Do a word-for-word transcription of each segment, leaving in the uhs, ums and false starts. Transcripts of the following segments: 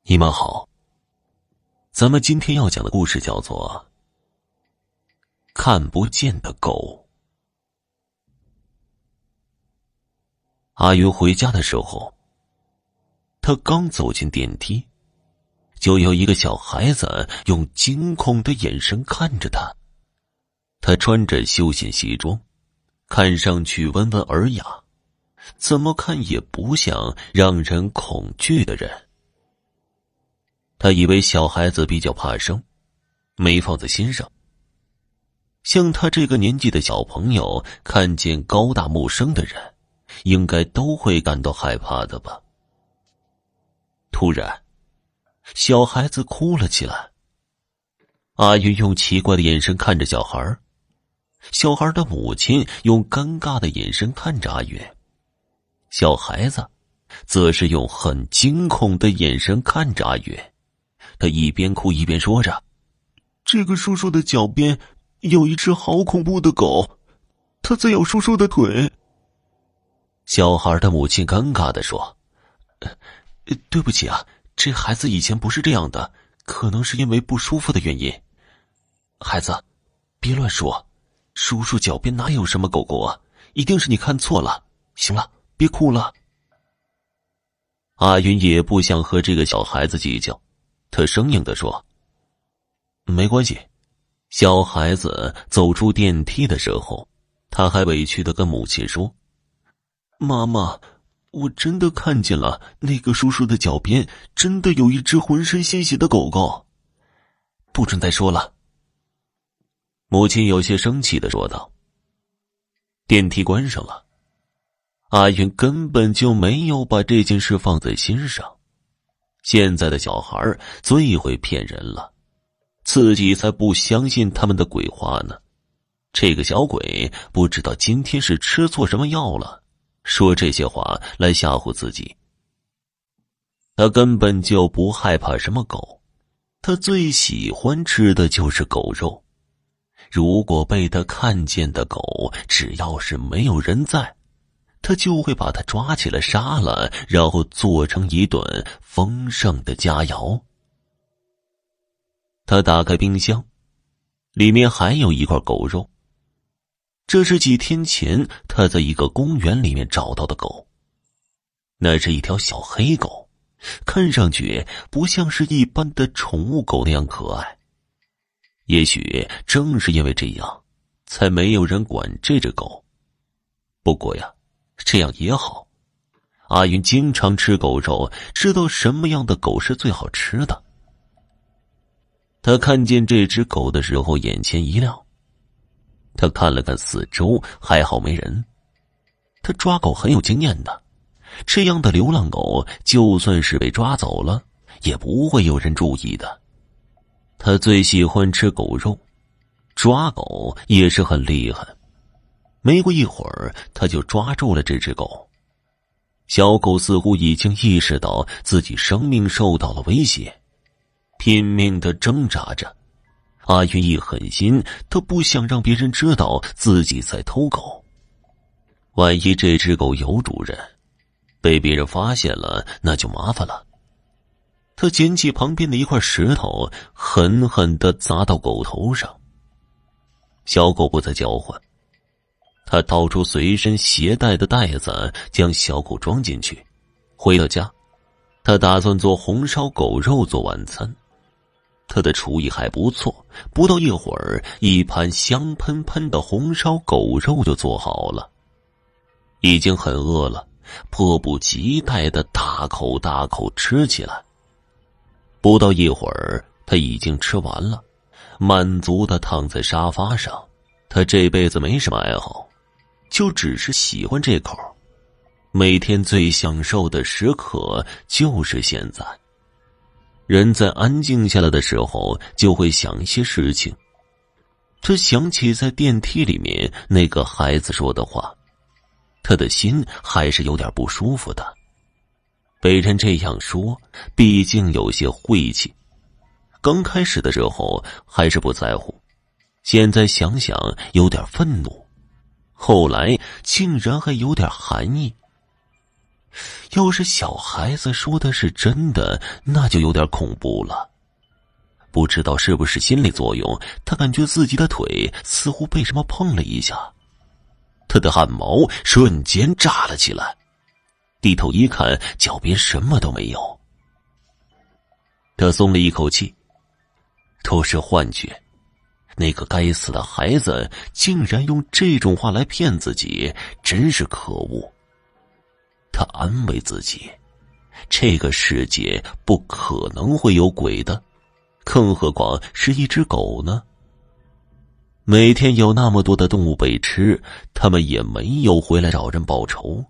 你们好，咱们今天要讲的故事叫做看不见的狗。阿云回家的时候，他刚走进电梯，就有一个小孩子用惊恐的眼神看着他。他穿着休闲西装，看上去温文尔雅，怎么看也不像让人恐惧的人。他以为小孩子比较怕生，没放在心上。像他这个年纪的小朋友，看见高大陌生的人，应该都会感到害怕的吧。突然，小孩子哭了起来。阿云用奇怪的眼神看着小孩，小孩的母亲用尴尬的眼神看着阿云，小孩子则是用很惊恐的眼神看着阿云。他一边哭一边说着：“这个叔叔的脚边有一只好恐怖的狗，它在咬叔叔的腿。”小孩的母亲尴尬地说：“呃，对不起啊，这孩子以前不是这样的，可能是因为不舒服的原因。孩子，别乱说，叔叔脚边哪有什么狗狗啊，一定是你看错了。行了，别哭了。”阿云也不想和这个小孩子计较，他生硬地说：“没关系。”小孩子走出电梯的时候，他还委屈地跟母亲说：“妈妈，我真的看见了，那个叔叔的脚边真的有一只浑身鲜血的狗狗。”不准再说了。母亲有些生气地说道。电梯关上了，阿云根本就没有把这件事放在心上。现在的小孩最会骗人了，自己才不相信他们的鬼话呢。这个小鬼不知道今天是吃错什么药了，说这些话来吓唬自己。他根本就不害怕什么狗，他最喜欢吃的就是狗肉。如果被他看见的狗，只要是没有人在，他就会把它抓起来杀了，然后做成一顿丰盛的佳肴。他打开冰箱，里面还有一块狗肉。这是几天前他在一个公园里面找到的狗，那是一条小黑狗，看上去不像是一般的宠物狗那样可爱。也许正是因为这样，才没有人管这只狗。不过呀，这样也好，阿云经常吃狗肉，知道什么样的狗是最好吃的。他看见这只狗的时候，眼前一亮。他看了看四周，还好没人。他抓狗很有经验的，这样的流浪狗就算是被抓走了，也不会有人注意的。他最喜欢吃狗肉，抓狗也是很厉害。没过一会儿，他就抓住了这只狗。小狗似乎已经意识到自己生命受到了威胁，拼命地挣扎着。阿云一狠心，他不想让别人知道自己在偷狗。万一这只狗有主人，被别人发现了，那就麻烦了。他捡起旁边的一块石头，狠狠地砸到狗头上。小狗不再叫唤，他掏出随身携带的袋子，将小狗装进去。回到家，他打算做红烧狗肉做晚餐。他的厨艺还不错，不到一会儿，一盘香喷喷的红烧狗肉就做好了。已经很饿了，迫不及待地大口大口吃起来。不到一会儿，他已经吃完了，满足地躺在沙发上。他这辈子没什么爱好，就只是喜欢这口。每天最享受的时刻就是现在。人在安静下来的时候，就会想一些事情。他想起在电梯里面那个孩子说的话，他的心还是有点不舒服的。被人这样说，毕竟有些晦气。刚开始的时候还是不在乎，现在想想有点愤怒，后来竟然还有点寒意。 要是小孩子说的是真的，那就有点恐怖了。不知道是不是心理作用，他感觉自己的腿似乎被什么碰了一下，他的汗毛瞬间炸了起来。低头一看，脚边什么都没有。他松了一口气，都是幻觉。那个该死的孩子竟然用这种话来骗自己，真是可恶。他安慰自己，这个世界不可能会有鬼的，更何况是一只狗呢？每天有那么多的动物被吃，他们也没有回来找人报仇。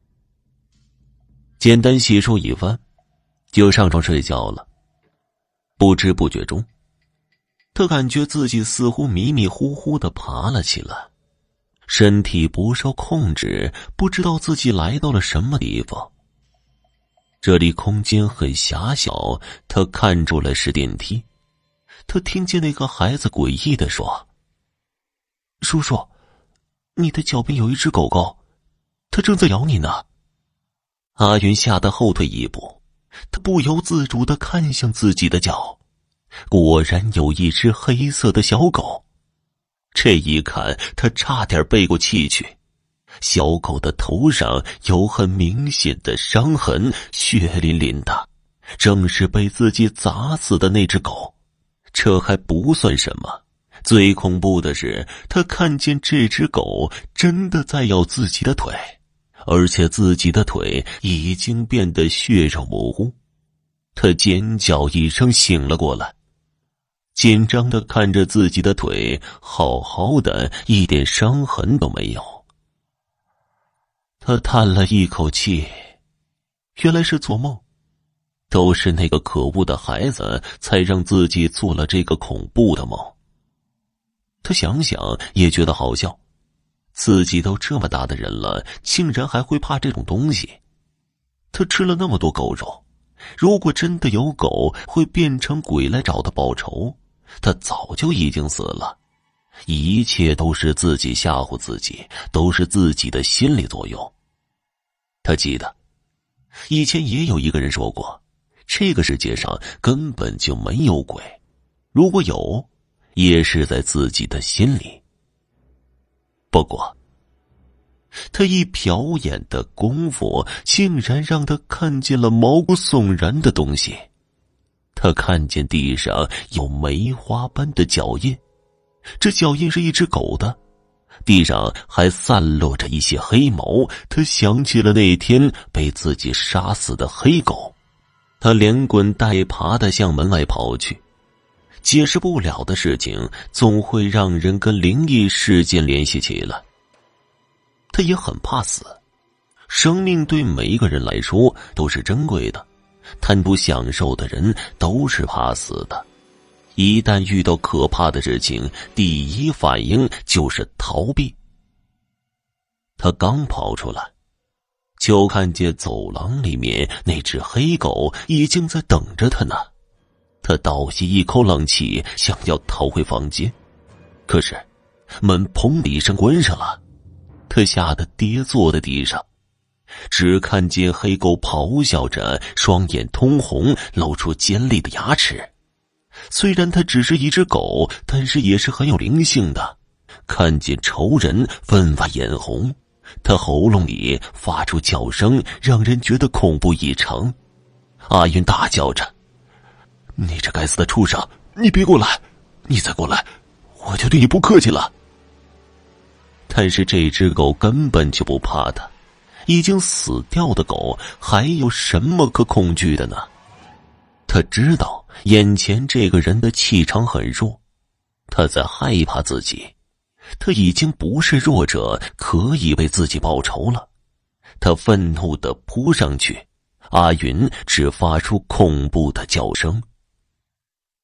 简单洗漱一番，就上床睡觉了。不知不觉中，他感觉自己似乎迷迷糊糊地爬了起来，身体不受控制，不知道自己来到了什么地方。这里空间很狭小，他看出来是电梯。他听见那个孩子诡异地说：“叔叔，你的脚边有一只狗狗，它正在咬你呢。”阿云吓得后退一步，他不由自主地看向自己的脚，果然有一只黑色的小狗。这一看，他差点背过气去。小狗的头上有很明显的伤痕，血淋淋的，正是被自己砸死的那只狗。这还不算什么，最恐怖的是，他看见这只狗真的在咬自己的腿，而且自己的腿已经变得血肉模糊。他尖叫一声醒了过来，紧张地看着自己的腿，好好的，一点伤痕都没有。他叹了一口气，原来是做梦，都是那个可恶的孩子才让自己做了这个恐怖的梦。他想想也觉得好笑，自己都这么大的人了，竟然还会怕这种东西。他吃了那么多狗肉，如果真的有狗会变成鬼来找他报仇，他早就已经死了。一切都是自己吓唬自己，都是自己的心理作用。他记得以前也有一个人说过，这个世界上根本就没有鬼，如果有，也是在自己的心里。不过他一瞟眼的功夫，竟然让他看见了毛骨悚然的东西。他看见地上有梅花般的脚印，这脚印是一只狗的，地上还散落着一些黑毛。他想起了那天被自己杀死的黑狗，他连滚带爬地向门外跑去。解释不了的事情总会让人跟灵异事件联系起来。他也很怕死，生命对每一个人来说都是珍贵的，贪图享受的人都是怕死的。一旦遇到可怕的事情，第一反应就是逃避。他刚跑出来，就看见走廊里面那只黑狗已经在等着他呢。他倒吸一口冷气，想要逃回房间，可是门砰的一声关上了。他吓得跌坐在地上，只看见黑狗咆哮着，双眼通红，露出尖利的牙齿。虽然它只是一只狗，但是也是很有灵性的，看见仇人分外眼红。它喉咙里发出叫声，让人觉得恐怖异常。阿云大叫着：“你这该死的畜生，你别过来，你再过来我就对你不客气了。”但是这只狗根本就不怕他，已经死掉的狗还有什么可恐惧的呢？他知道眼前这个人的气场很弱，他在害怕自己，他已经不是弱者，可以为自己报仇了。他愤怒地扑上去，阿云只发出恐怖的叫声。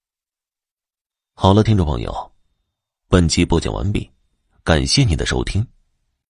好了，听众朋友，本集播讲完毕，感谢您的收听。